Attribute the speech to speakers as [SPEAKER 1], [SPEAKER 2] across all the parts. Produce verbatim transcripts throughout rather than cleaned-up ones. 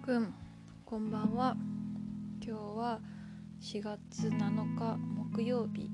[SPEAKER 1] くん、こんばんは。今日はしがつなのか木曜日。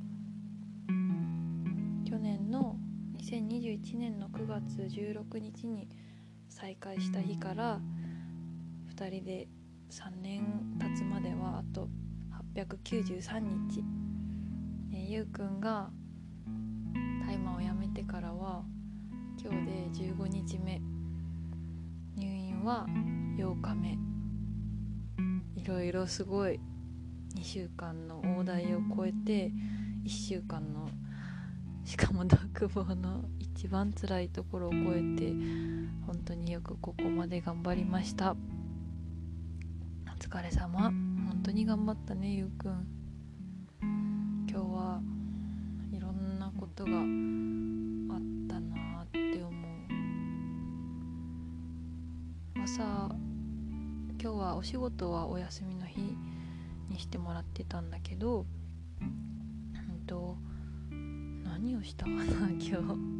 [SPEAKER 1] 去年のにせんにじゅういちねんのくがつじゅうろくにちに再会した日からふたりでさんねん経つまではあとはっぴゃくきゅうじゅうさんにち、えー、ゆうくんが大麻をやめてからは今日でじゅうごにちめ、入院はようかめ。いろいろすごいにしゅうかんの大台を超えていっしゅうかんの、しかも独房の一番辛いところを超えて本当によくここまで頑張りました。お疲れ様。本当に頑張ったね、ゆうくん。今日はいろんなことがあったなって思う。朝今日はお仕事はお休みの日にしてもらってたんだけど、うんと何をしたかな今日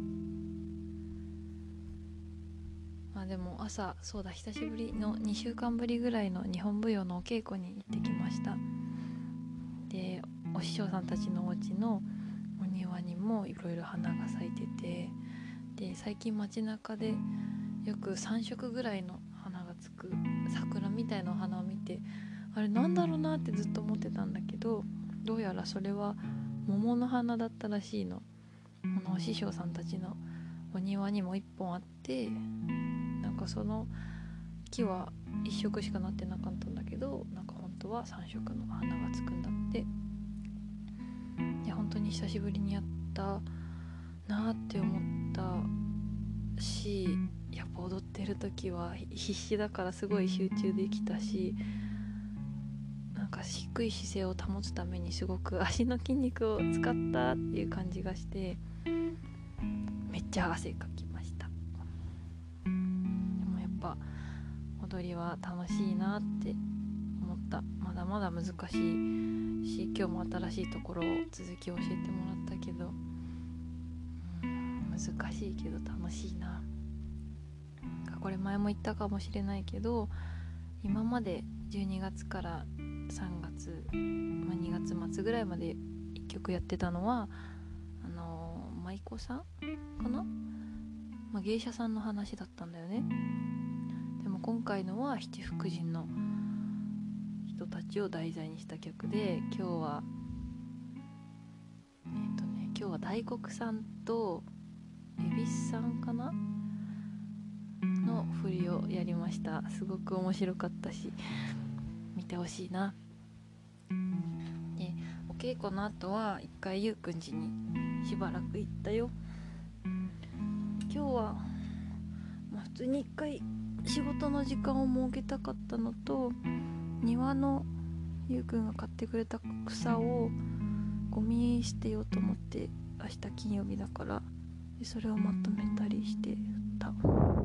[SPEAKER 1] あでも朝そうだ久しぶりのにしゅうかんぶりぐらいの日本舞踊のお稽古に行ってきました。でお師匠さんたちのお家のお庭にもいろいろ花が咲いてて、で最近街中でよくさんしょくぐらいの花がつく桜みたいなお花を見て、あれなんだろうなってずっと思ってたんだけど、どうやらそれは桃の花だったらしいの。このお師匠さんたちのお庭にもいっぽんあって、なんかその木はいっしょくしかなってなかったんだけど、なんか本当はさんしょくの花がつくんだって。で本当に久しぶりにやったなって思ったし、やっぱ踊ってる時は必死だからすごい集中できたし、なんか低い姿勢を保つためにすごく足の筋肉を使ったっていう感じがして、めっちゃ汗かきました。でもやっぱ踊りは楽しいなって思った。まだまだ難しいし、今日も新しいところを続き教えてもらったけど、うん、難しいけど楽しいな。これ前も言ったかもしれないけど、今までじゅうにがつからさんがつ、まあ、にがつまつぐらいまでいっきょくやってたのはあのー、舞妓さんかな、まあ、芸者さんの話だったんだよね。でも今回のは七福神の人たちを題材にした曲で、今日はえっとね今日は大黒さんと恵比寿さんかなの振りをやりました。すごく面白かったし見てほしいな。でお稽古の後は一回ゆうくん家にしばらく行ったよ。今日は、まあ、普通に一回仕事の時間を設けたかったのと、庭のゆうくんが買ってくれた草をゴミ捨てようと思って、明日金曜日だから、でそれをまとめたりしてた。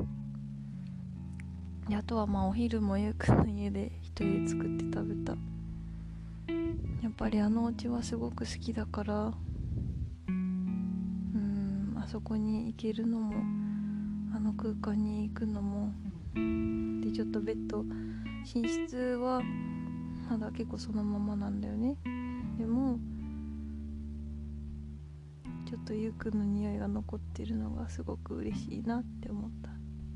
[SPEAKER 1] であとはまあお昼もゆうくんの家で一人で作って食べた。やっぱりあのお家はすごく好きだから、うーんあそこに行けるのもあの空間に行くのもで、ちょっとベッド寝室はまだ結構そのままなんだよね。でもちょっとゆうくんの匂いが残ってるのがすごく嬉しいなって思った。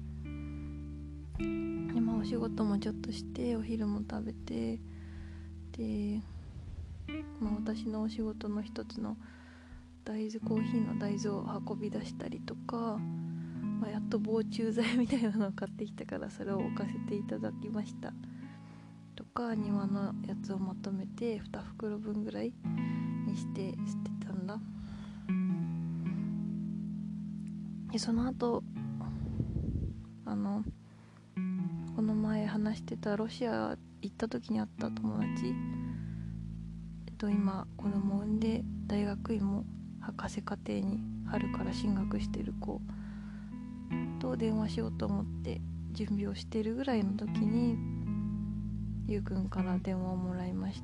[SPEAKER 1] でまあお仕事もちょっとしてお昼も食べて、で、まあ、私のお仕事の一つの大豆コーヒーの大豆を運び出したりとか、まあ、やっと防虫剤みたいなのを買ってきたからそれを置かせていただきましたとか、庭のやつをまとめてにふくろぶんぐらいにして捨てたんだ。でその後あのこの前話してたロシア行った時に会った友達、えっと、今子供を産んで大学院も博士課程に春から進学してる子と電話しようと思って準備をしてるぐらいの時にゆうくんから電話をもらいました。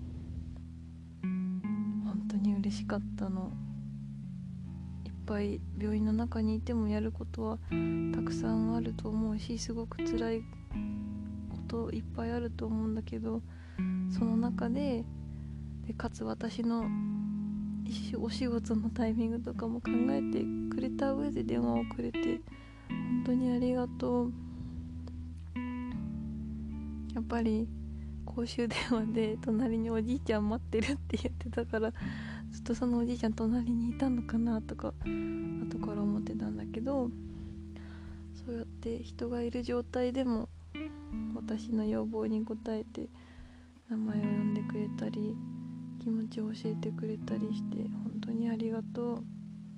[SPEAKER 1] 本当に嬉しかったの。いっぱい病院の中にいてもやることはたくさんあると思うし、すごく辛いここといっぱいあると思うんだけど、その中で、でかつ私のお仕事のタイミングとかも考えてくれた上で電話をくれて本当にありがとう。やっぱり公衆電話で隣におじいちゃん待ってるって言ってたから、ずっとそのおじいちゃん隣にいたのかなとか後から思ってたんだけど、そうやって人がいる状態でも私の要望に応えて名前を呼んでくれたり気持ちを教えてくれたりして本当にありがとう。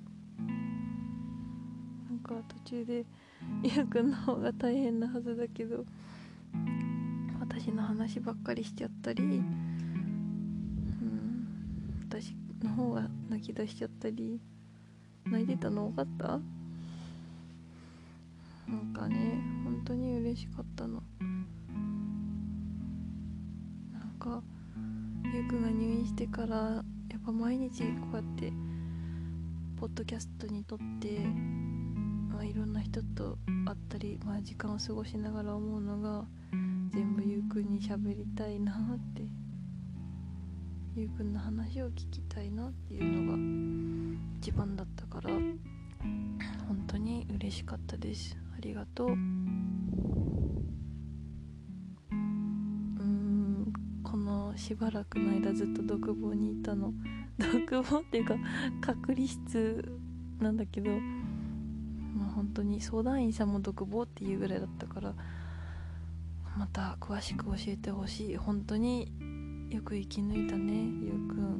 [SPEAKER 1] なんか途中でゆうくんの方が大変なはずだけど、私の話ばっかりしちゃったり、うん、私の方が泣き出しちゃったり、泣いてたの分かった？なんかね、本当に嬉しかったの。なんかゆうくんが入院してからやっぱ毎日こうやってポッドキャストにとって、まあ、いろんな人と会ったり、まあ、時間を過ごしながら思うのが、全部ゆうくんに喋りたいなって、ゆうくんの話を聞きたいなっていうのが一番だったから、本当に嬉しかったです。ありがとう。うーんこのしばらくの間ずっと独房にいたの。独房っていうか隔離室なんだけど、まあ本当に相談員さんも独房っていうぐらいだったから、また詳しく教えてほしい。本当によく生き抜いたね、ゆうくん。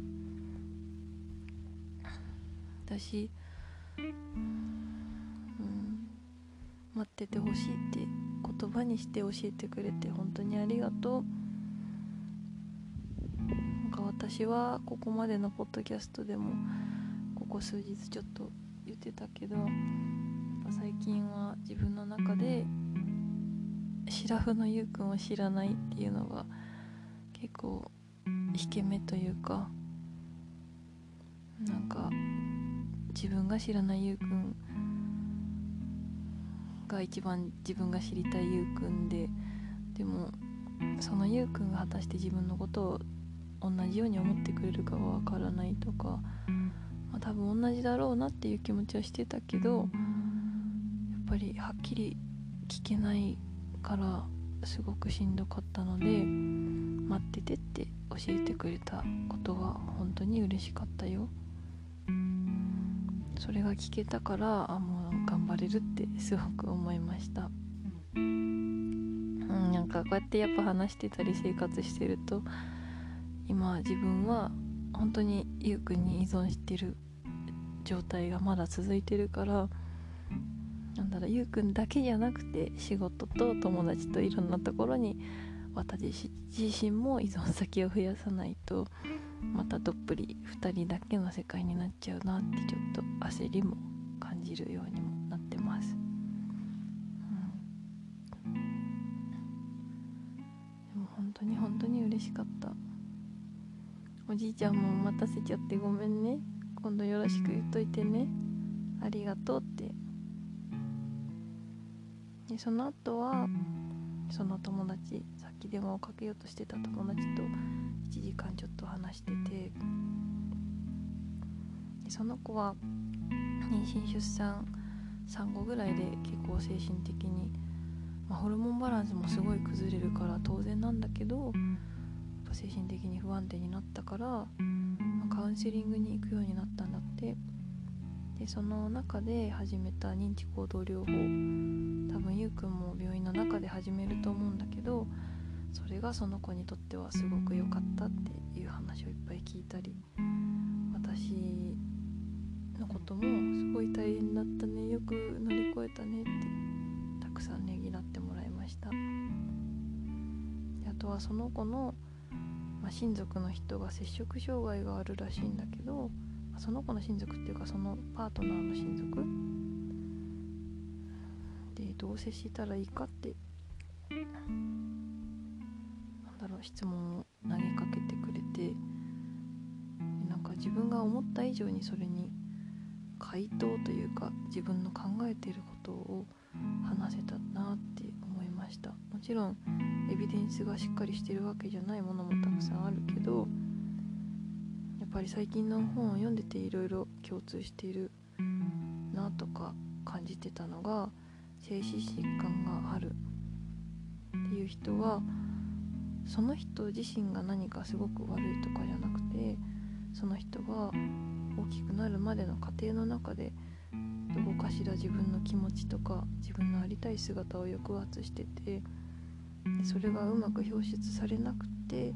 [SPEAKER 1] 私、うん、待っててほしいって言葉にして教えてくれて本当にありがとう。なんか私はここまでのポッドキャストでもここ数日ちょっと言ってたけど、やっぱ最近は自分の中でシラフのゆうくんを知らないっていうのが結構引け目というか、なんか自分が知らないゆうくんが一番自分が知りたいゆうくんで、でもそのゆうくんが果たして自分のことを同じように思ってくれるかはわからないとか、まあ、多分同じだろうなっていう気持ちはしてたけど、やっぱりはっきり聞けないからすごくしんどかったので、待っててって教えてくれたことが本当に嬉しかったよ。それが聞けたから、あ、もう頑張れるってすごく思いました。うん、なんかこうやってやっぱ話してたり生活してると、今自分は本当にゆうくんに依存してる状態がまだ続いてるから、なんだろう、ゆうくんだけじゃなくて仕事と友達といろんなところに私自身も依存先を増やさないと、またどっぷりふたりだけの世界になっちゃうなってちょっと焦りも感じるようにもなってます、うん、でも本当に本当に嬉しかった。おじいちゃんも待たせちゃってごめんね、今度よろしく言っといてね、ありがとうって。でその後はその友達、さっき電話をかけようとしてた友達といちじかんちょっと話してて、でその子は妊娠出産産後ぐらいで結構精神的に、まあ、ホルモンバランスもすごい崩れるから当然なんだけど、やっぱ精神的に不安定になったから、まあ、カウンセリングに行くようになったんだって。でその中で始めた認知行動療法、多分ゆうくんも病院の中で始めると思うんだけど、それがその子にとってはすごく良かったっていう話をいっぱい聞いたり、私のこともすごい大変だったね、よく乗り越えたねってたくさんねぎらってもらいました。であとはその子の、まあ、親族の人が摂食障害があるらしいんだけど、その子の親族っていうかそのパートナーの親族でどう接したらいいかって、なんだろう、質問を投げかけてくれて、なんか自分が思った以上にそれに回答というか自分の考えていることを話せたなって思いまました。もちろんエビデンスがしっかりしてるわけじゃないものもたくさんあるけど、やっぱり最近の本を読んでていろいろ共通しているなとか感じてたのが、精神疾患があるっていう人はその人自身が何かすごく悪いとかじゃなくて、その人が大きくなるまでの過程の中でどこかしら自分の気持ちとか自分のありたい姿を抑圧してて、それがうまく表出されなくて、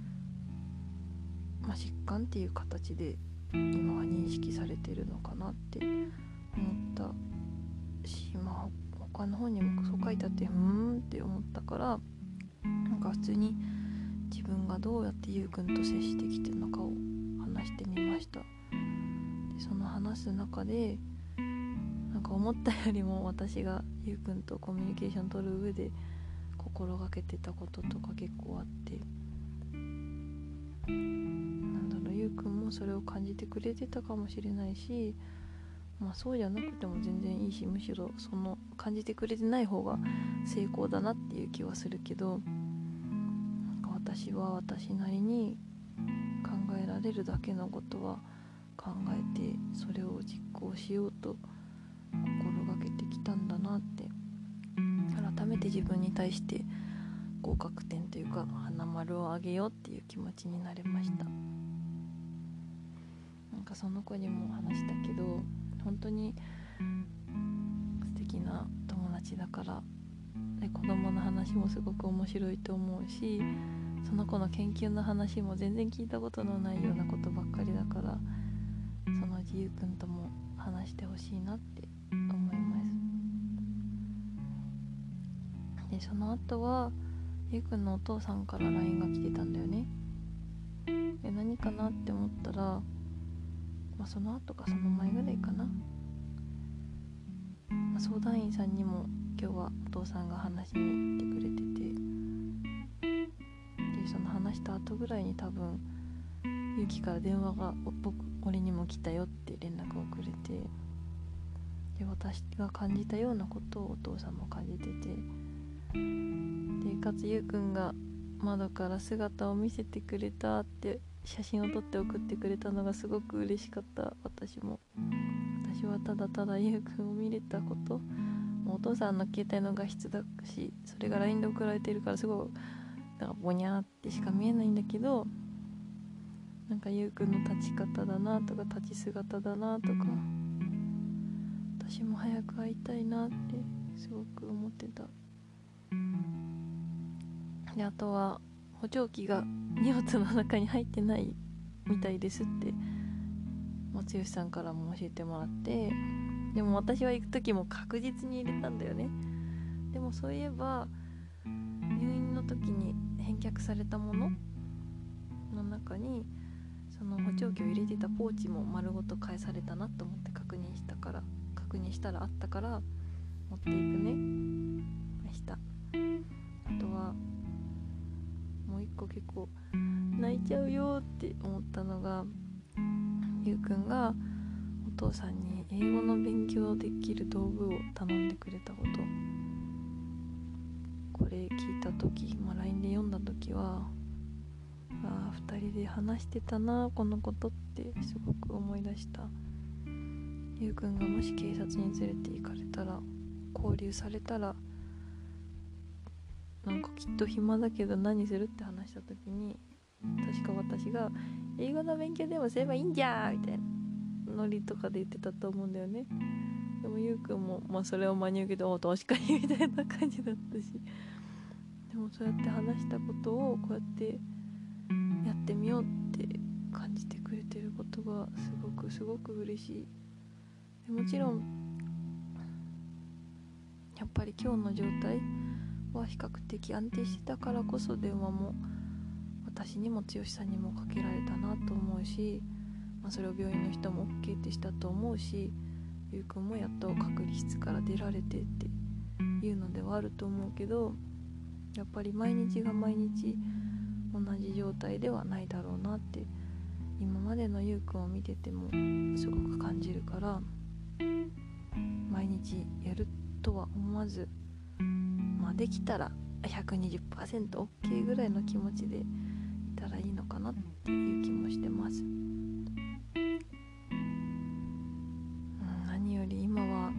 [SPEAKER 1] まあ、疾患っていう形で今は認識されてるのかなって思ったし、まあ他の本にもそう書いてあって、うーんって思ったから、なんか普通に自分がどうやってゆうくんと接してきてるのかを話してみました。でその話す中でなんか思ったよりも私がゆうくんとコミュニケーション取る上で心がけてたこととか結構あって、なんだろう、ゆうくんもそれを感じてくれてたかもしれないし、まあそうじゃなくても全然いいし、むしろその感じてくれてない方が成功だなっていう気はするけど、なんか私は私なりに考えられるだけのことは考えて、それを実行しようと心がけてきたんだなって、改めて自分に対して合格点というか花丸をあげようっていう気持ちになれました。なんかその子にも話したけど、本当に素敵な友達だから、で子供の話もすごく面白いと思うし、その子の研究の話も全然聞いたことのないようなことばっかりだから、そのうちゆうくんとも話してほしいなって思います。でその後はゆうくんのお父さんから ライン が来てたんだよね。で何かなって思ったら、まあ、その後かその前ぐらいかな、まあ、相談員さんにも今日はお父さんが話しに来てくれてて、でその話した後ぐらいに多分ゆうきから電話が僕俺にも来たよって連絡をくれて、で私が感じたようなことをお父さんも感じてて、でかつゆうくんが窓から姿を見せてくれたって写真を撮って送ってくれたのがすごく嬉しかった。私も私はただただゆうくんを見れたこと、お父さんの携帯の画質だし、それが ライン で送られてるからすごいなんかボニャーってしか見えないんだけど、なんかゆうくんの立ち方だなとか立ち姿だなとか、私も早く会いたいなってすごく思ってた。であとは補聴器が荷物の中に入ってないみたいですって松吉さんからも教えてもらって、でも私は行く時も確実に入れたんだよね。でもそういえば入院の時に返却されたものの中にその補聴器を入れてたポーチも丸ごと返されたなと思って確認したから確認したらあったから持っていくね明日。あとはもう一個結構泣いちゃうよって思ったのが、ゆうくんがお父さんに英語の勉強できる道具を頼んでくれたこと。これ聞いた時、まあ、ライン で読んだ時は、あふたりで話してたなこのことってすごく思い出した。ゆうくんがもし警察に連れて行かれたら、拘留されたら、なんかきっと暇だけど何するって話した時に、確か私が英語の勉強でもすればいいんじゃーみたいなノリとかで言ってたと思うんだよね。でもゆうくんも、まあ、それを真に受けてお確かにみたいな感じだったし、でもそうやって話したことをこうやってやってみようって感じてくれてることがすごくすごく嬉しい。でもちろんやっぱり今日の状態は比較的安定してたからこそ電話も私にも剛さんにもかけられたなと思うし、まあ、それを病院の人も OK ってしたと思うし、ゆうくんもやっと隔離室から出られてっていうのではあると思うけど、やっぱり毎日が毎日同じ状態ではないだろうなって今までのゆうくんを見ててもすごく感じるから、毎日やるとは思わずまあ、できたら ひゃくにじゅっパーセントオーケー ぐらいの気持ちでいたらいいのかなっていう気もしてます。うん、何より今は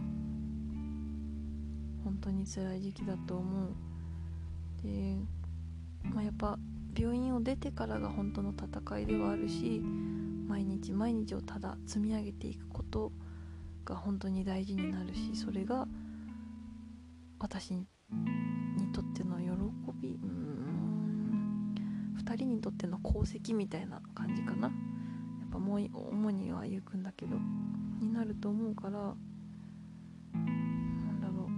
[SPEAKER 1] 本当に辛い時期だと思う。で、まあ、やっぱ病院を出てからが本当の戦いではあるし、毎日毎日をただ積み上げていくことが本当に大事になるし、それが私にとっての喜び、うーんふたりにとっての功績みたいな感じかな。やっぱもう主にはゆうくんだけどになると思うから、なんだろ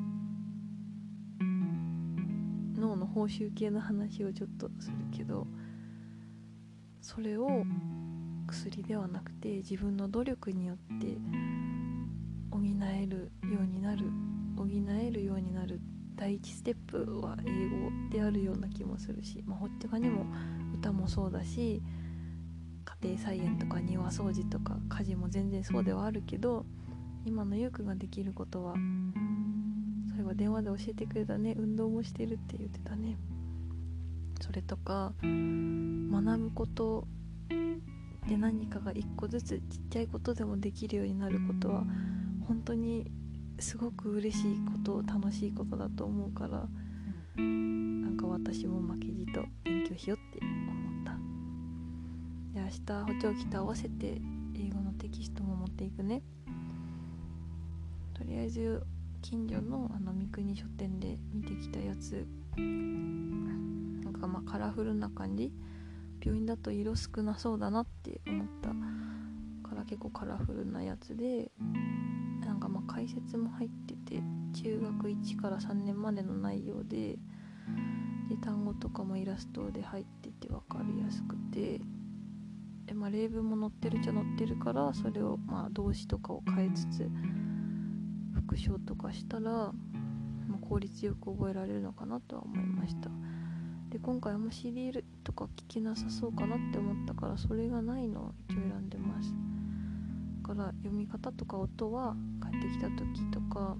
[SPEAKER 1] う、脳の報酬系の話をちょっとするけど、それを薬ではなくて自分の努力によって補えるようになる補えるようになる第一ステップは英語であるような気もするし、まあ、他にも歌もそうだし、家庭菜園とか庭掃除とか家事も全然そうではあるけど、今のゆうくんができることは、それは電話で教えてくれたね、運動もしてるって言ってたね。それとか学ぶことで何かが一個ずつちっちゃいことでもできるようになることは本当にすごく嬉しいこと、楽しいことだと思うから、なんか私も負けじと勉強しようって思った。で、明日補聴器と合わせて英語のテキストも持っていくね。とりあえず近所のあの三国書店で見てきたやつ、なんかまあカラフルな感じ、病院だと色少なそうだなって思ったから結構カラフルなやつで、なんかまあ解説も入ってて、中学いちからさんねんまでの内容で、で単語とかもイラストで入ってて分かりやすくて、で、まあ、例文も載ってるっちゃ載ってるから、それをまあ動詞とかを変えつつ復唱とかしたら、まあ、効率よく覚えられるのかなとは思いました。で、今回あんま シーディー とか聞けなさそうかなって思ったから、それがないのを一応選んでます。だから読み方とか音は帰ってきた時とか、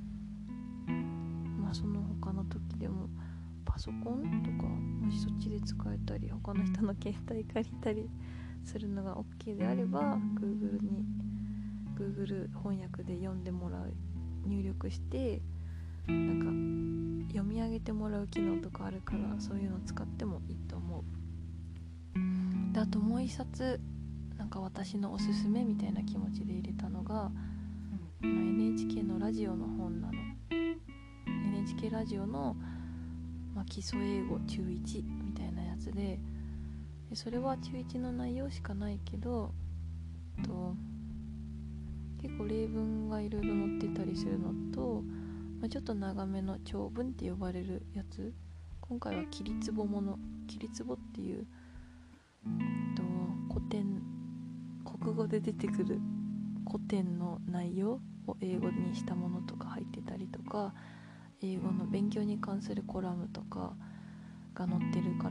[SPEAKER 1] まあその他の時でもパソコンとかもしそっちで使えたり、他の人の携帯借りたりするのが OK であれば Google に Google 翻訳で読んでもらう、入力してなんか読み上げてもらう機能とかあるから、そういうの使ってもいいと思う。で、あともう一冊なんか私のおすすめみたいな気持ちで入れたのが、エヌエイチケー のラジオの本なの。 エヌエイチケー ラジオの、まあ、基礎英語中いちみたいなやつで、でそれは中いちの内容しかないけど、と結構例文がいろいろ載ってたりするのと、まあ、ちょっと長めの長文って呼ばれるやつ、今回は切りつぼもの切りつぼっていうと古典、国語で出てくる古典の内容を英語にしたものとか入ってたりとか、英語の勉強に関するコラムとかが載ってるから、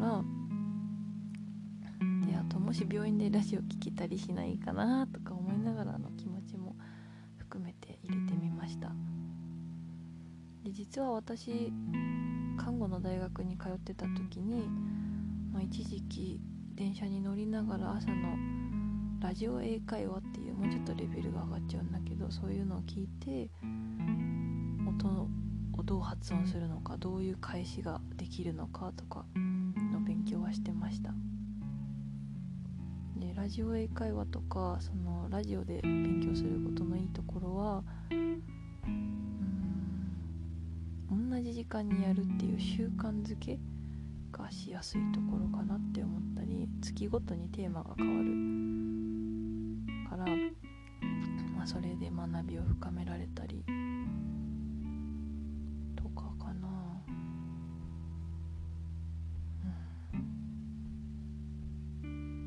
[SPEAKER 1] で、あともし病院でラジオ聞けたりしないかなとか思いながらの気持ちも含めて入れてみました。で、実は私看護の大学に通ってた時に、まあ、一時期電車に乗りながら朝のラジオ英会話っていう、もうちょっとレベルが上がっちゃうんだけど、そういうのを聞いて音をどう発音するのか、どういう返しができるのかとかの勉強はしてました。で、ラジオ英会話とかそのラジオで勉強することのいいところは、うーん同じ時間にやるっていう習慣づけがしやすいところかなって思ったり、月ごとにテーマが変わるから、まあ、それで学びを深められたりとかかな。うん、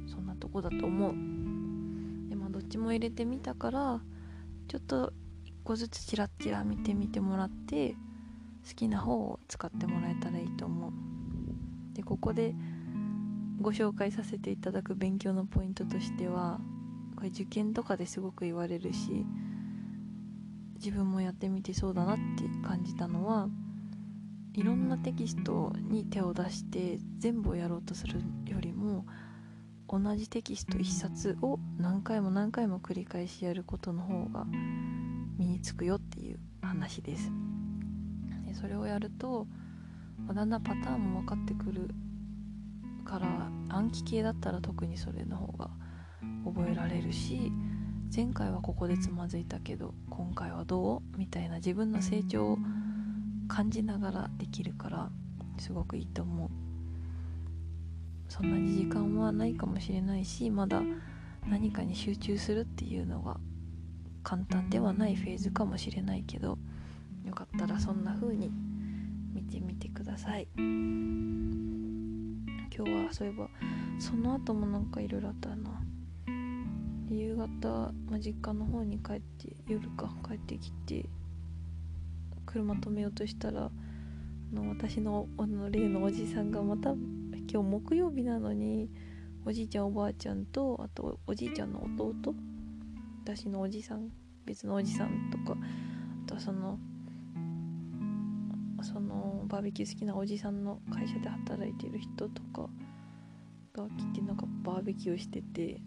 [SPEAKER 1] そんなとこだと思う。で、まあどっちも入れてみたから、ちょっと一個ずつチラッチラ見てみてもらって、好きな方を使ってもらえたらいいと思う。で、ここでご紹介させていただく勉強のポイントとしては、これ受験とかですごく言われるし、自分もやってみてそうだなって感じたのは、 いろんなテキストに手を出して全部をやろうとするよりも、同じテキスト一冊を何回も何回も繰り返しやることの方が身につくよっていう話です。でそれをやるとだんだんパターンも分かってくるから、暗記系だったら特にそれの方が覚えられるし、前回はここでつまずいたけど今回はどうみたいな自分の成長を感じながらできるからすごくいいと思う。そんなに時間はないかもしれないし、まだ何かに集中するっていうのが簡単ではないフェーズかもしれないけど、よかったらそんな風に見てみてください。今日はそういえばその後もなんかいろいろあったな。夕方、まあ、実家の方に帰って夜か帰ってきて車止めようとしたら、あの私のあの例のおじさんがまた今日木曜日なのにおじいちゃんおばあちゃんと、あとおじいちゃんの弟、私のおじさん、別のおじさんとか、あとはそのそのバーベキュー好きなおじさんの会社で働いてる人とかが来て、なんかバーベキューしてて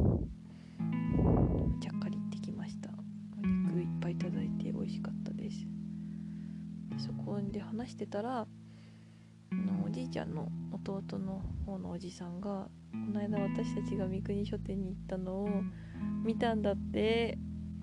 [SPEAKER 1] ちゃっかり行ってきました。お肉いっぱいいただいて美味しかったです。でそこで話してたら、あのおじいちゃんの弟の方のおじさんがこの間私たちが三国書店に行ったのを見たんだって。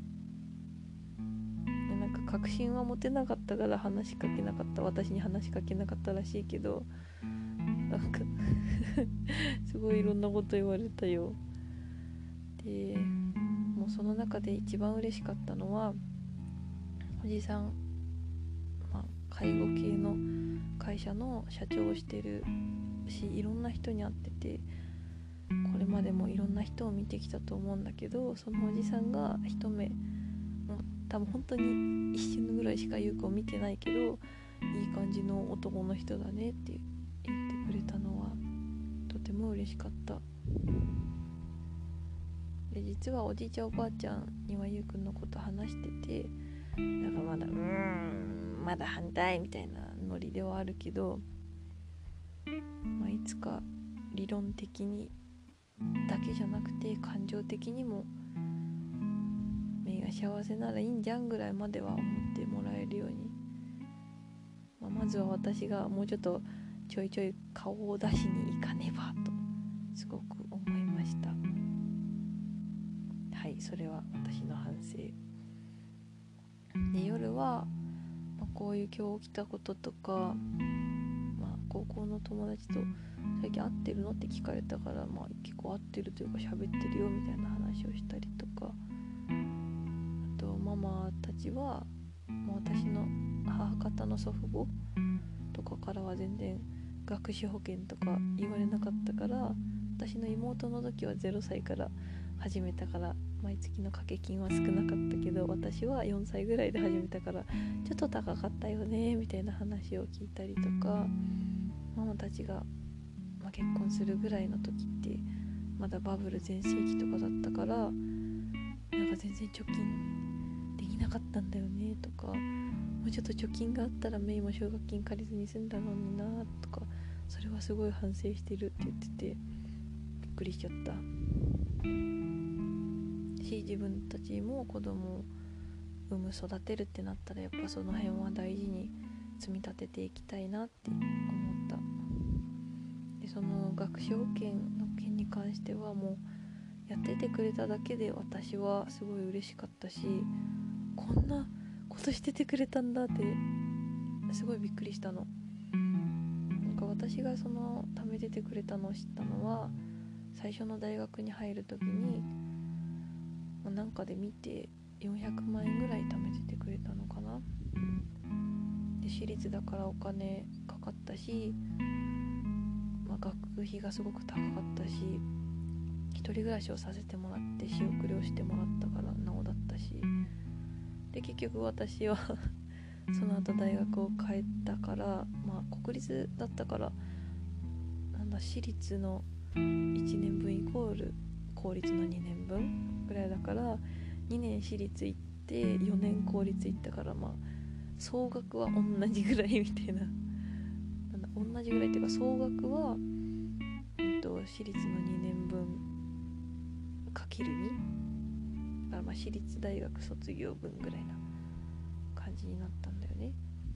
[SPEAKER 1] なんか確信は持てなかったから話しかけなかった、私に話しかけなかったらしいけど、なんかすごいいろんなこと言われたよ。でもうその中で一番嬉しかったのは、おじさん、まあ、介護系の会社の社長をしてるし、いろんな人に会ってて、これまでもいろんな人を見てきたと思うんだけど、そのおじさんが一目、もう多分本当に一瞬ぐらいしか優子を見てないけど、いい感じの男の人だねって言ってくれたのはとても嬉しかった。で実はおじいちゃんおばあちゃんには優くんのこと話してて、だからまだうーんまだ反対みたいなノリではあるけど、まあ、いつか理論的にだけじゃなくて感情的にもメイが幸せならいいんじゃんぐらいまでは思ってもらえるように、まあ、まずは私がもうちょっとちょいちょい顔を出しに行かねばとすごく思いました。はい、それは私の反省で、夜は、まあ、こういう今日起きたこととか、まあ、高校の友達と最近会ってるのって聞かれたから、まあ、結構会ってるというか喋ってるよみたいな話をしたりとか、あとママたちは、まあ、私の母方の祖父母とかからは全然学資保険とか言われなかったから、私の妹の時はゼロさいから始めたから毎月の掛け金は少なかったけど、私はよんさいぐらいで始めたからちょっと高かったよねみたいな話を聞いたりとか、ママたちが、まあ、結婚するぐらいの時ってまだバブル全盛期とかだったから、なんか全然貯金できなかったんだよねとか、もうちょっと貯金があったらメイも奨学金借りずに済んだのになとか、それはすごい反省してるって言っててびっくりしちゃったし、自分たちも子供を産む育てるってなったらやっぱその辺は大事に積み立てていきたいなって思った。でその学資保険の件に関してはもうやっててくれただけで私はすごい嬉しかったし、こんなことしててくれたんだってすごいびっくりしたの。なんか私がその貯めててくれたのを知ったのは、最初の大学に入る時になんかで見てよんひゃくまんえんぐらい貯めててくれたのかな。で私立だからお金かかったし、まあ、学費がすごく高かったし、一人暮らしをさせてもらって仕送りをしてもらったからなおだったし、で結局私はその後大学を変えたから、まあ国立だったからなんだ私立のいちねんぶんイコール公立のにねんぶんぐらいだから、にねん私立行ってよねん公立行ったから、まあ総額は同じぐらいみたいな同じぐらいっていうか総額は、えっと、私立のにねんぶんかけるにだからまあ私立大学卒業分ぐらいな感じになったんだよね。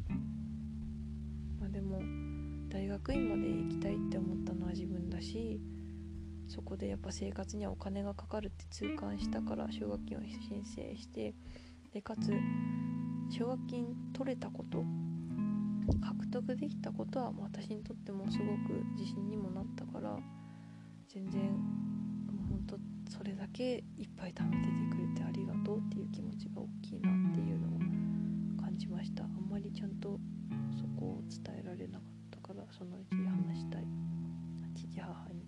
[SPEAKER 1] まあでも大学院まで行きたいって思ったのは自分だし、そこでやっぱ生活にはお金がかかるって痛感したから奨学金を申請して、でかつ奨学金取れたこと獲得できたことは私にとってもすごく自信にもなったから、全然もうほんとそれだけいっぱい貯めててくれてありがとうっていう気持ちが大きいなっていうのを感じました。あんまりちゃんとそこを伝えられなかったから、そのうち話したい父母に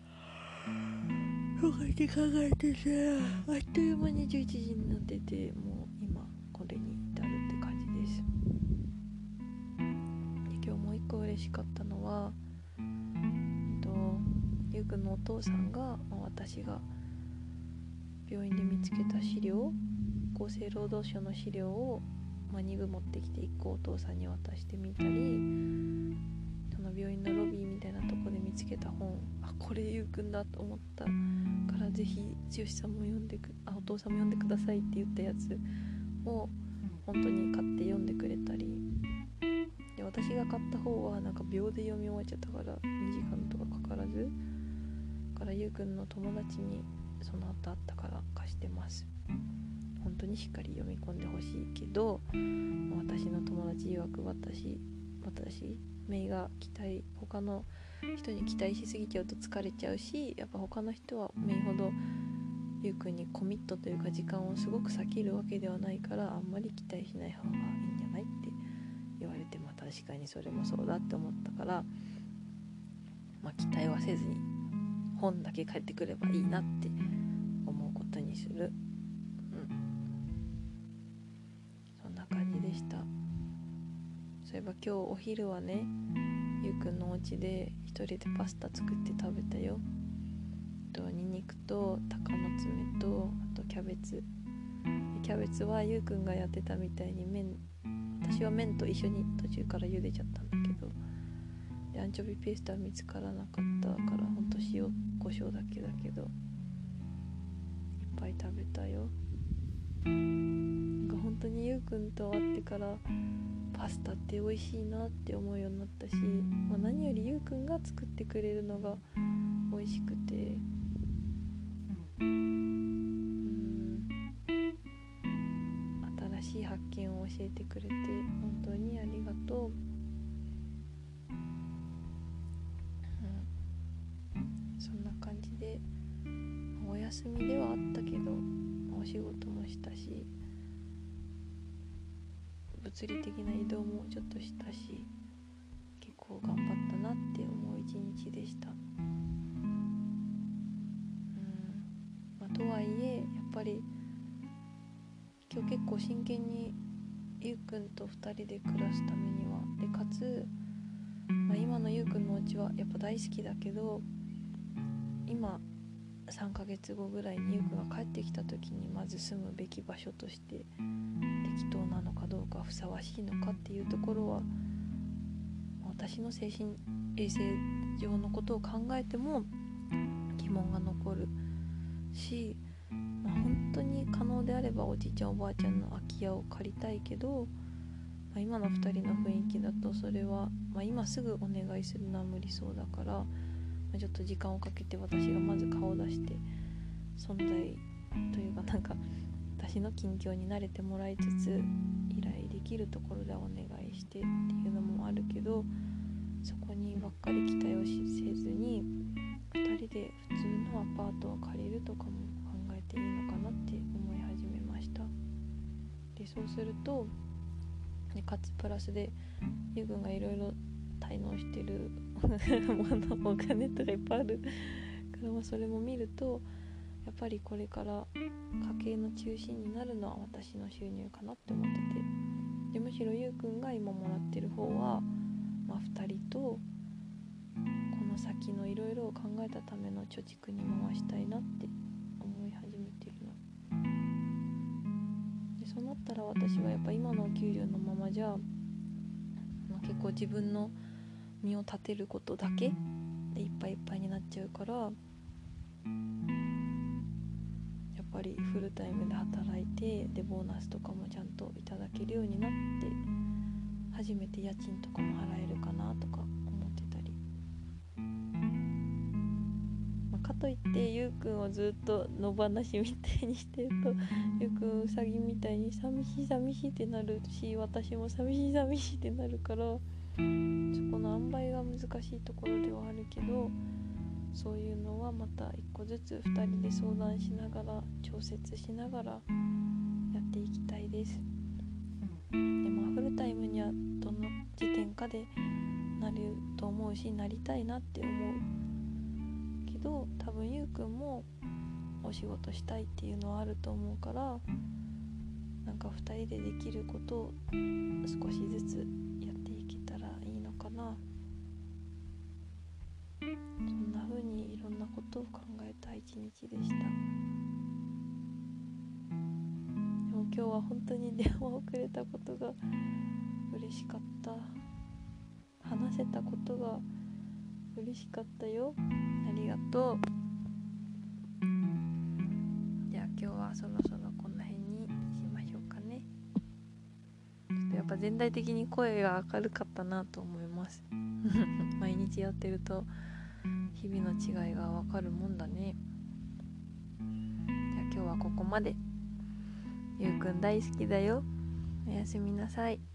[SPEAKER 1] とかって考えてて、あっという間にじゅういちじになってて、もう今これに至るって感じです。で今日もう一個嬉しかったのは、えっとゆうくんのお父さんが、まあ、私が病院で見つけた資料、厚生労働省の資料を、まあ、にぶ持ってきていっこお父さんに渡してみたり、その病院のロビーみたいなとこで見つけた本、あこれゆうくんだと思ったからぜひ剛さんも読んでくあお父さんも読んでくださいって言ったやつを本当に買って読んでくれたりで、私が買った方はなんか秒で読み終わっちゃったからにじかんとかかからずからゆうくんの友達にその後あったから貸してます。本当にしっかり読み込んでほしいけど、私の友達曰く私私メイが期待他の人に期待しすぎちゃうと疲れちゃうし、やっぱ他の人はメイほどゆうくんにコミットというか時間をすごく割けるわけではないから、あんまり期待しない方がいいんじゃないって言われて、まあ確かにそれもそうだって思ったから、まあ期待はせずに本だけ返ってくればいいなって思うことにする。うんそんな感じでした。そういえば今日お昼はね、ゆうくんのお家で一人でパスタ作って食べたよ。とニンニクと鷹の爪とあとキャベツ。キャベツはゆうくんがやってたみたいに麺、私は麺と一緒に途中から茹でちゃったんだけど、でアンチョビペーストは見つからなかったからほんと塩コショウだけだけどいっぱい食べたよ。なんか本当にゆうくんと会ってからパスタって美味しいなって思うようになったし、まあ、何よりゆうくんが作ってくれるのが美味しくて、うーん新しい発見を教えてくれて本当にありがとう。そんな感じでお休みではあったけどお仕事もしたし物理的な移動もちょっとしたし、結構頑張ったなって思う一日でした。うんまあ、とはいえやっぱり今日結構真剣にゆうくんとふたりで暮らすためにはでかつ、まあ、今のゆうくんのお家はやっぱ大好きだけど、今さんかげつごぐらいにゆうくんが帰ってきた時にまず住むべき場所として適当なのかどうかふさわしいのかっていうところは、私の精神衛生上のことを考えても疑問が残るし、まあ、本当に可能であればおじいちゃんおばあちゃんの空き家を借りたいけど、まあ、今のふたりの雰囲気だとそれは、まあ、今すぐお願いするのは無理そうだから、まあ、ちょっと時間をかけて私がまず顔を出して存在というかなんか私の近況に慣れてもらいつつ依頼できるところではお願いしてっていうのもあるけど、そこにばっかり期待をせずにふたりで普通のアパートを借りるとかも考えていいのかなって思い始めました。でそうするとでかつプラスでゆうくんがいろいろ滞納してるものお金とかいっぱいあるから、まあそれも見るとやっぱりこれから家計の中心になるのは私の収入かなって思ってて、でむしろゆうくんが今もらってる方は、まあ、ふたりとこの先のいろいろを考えたための貯蓄に回したいなって思い始めてるので、そうなったら私はやっぱ今のお給料のままじゃ結構自分の身を立てることだけでいっぱいいっぱいになっちゃうから、やっぱりフルタイムで働いて、でボーナスとかもちゃんといただけるようになって初めて家賃とかも払えるかなとか思ってたり、まあ、かといってゆうくんをずっと野放しみたいにしてるとゆうくんうさぎみたいに寂しい寂しいってなるし、私も寂しい寂しいってなるから、そこの塩梅が難しいところではあるけど、そういうのはまた一個ずつふたりで相談しながら調節しながらやっていきたいです。でまあフルタイムにはどの時点かでなると思うし、なりたいなって思うけど、多分ゆうくんもお仕事したいっていうのはあると思うから、なんかふたりでできることを少しずつやっていけたらいいのかな。そんな風にいろんなことを考えた一日でした。でも今日は本当に電話をくれたことが嬉しかった。話せたことが嬉しかったよ。ありがとう。じゃあ今日はそろそろこの辺にしましょうかね。ちょっとやっぱ全体的に声が明るかったなと思います毎日やってると日々の違いがわかるもんだね。じゃあ今日はここまで。ゆうくん大好きだよ。おやすみなさい。